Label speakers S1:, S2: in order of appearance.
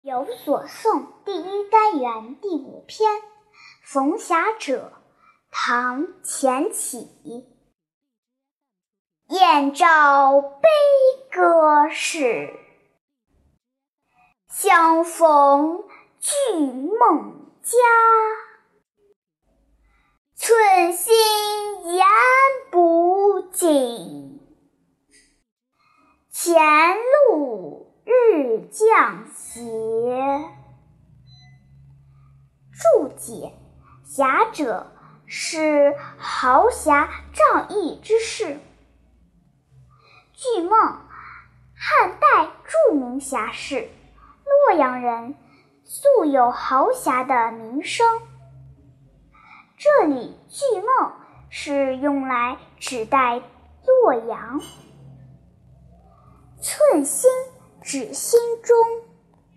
S1: 有所诵第一单元第5篇《逢霞者》唐·钱起。燕赵悲歌事，相逢俱梦家。寸心言不尽，前路日将斜。注解：侠者是豪侠仗义之士。巨梦，汉代著名侠士，洛阳人，素有豪侠的名声。这里巨梦是用来指代洛阳。寸心指心中。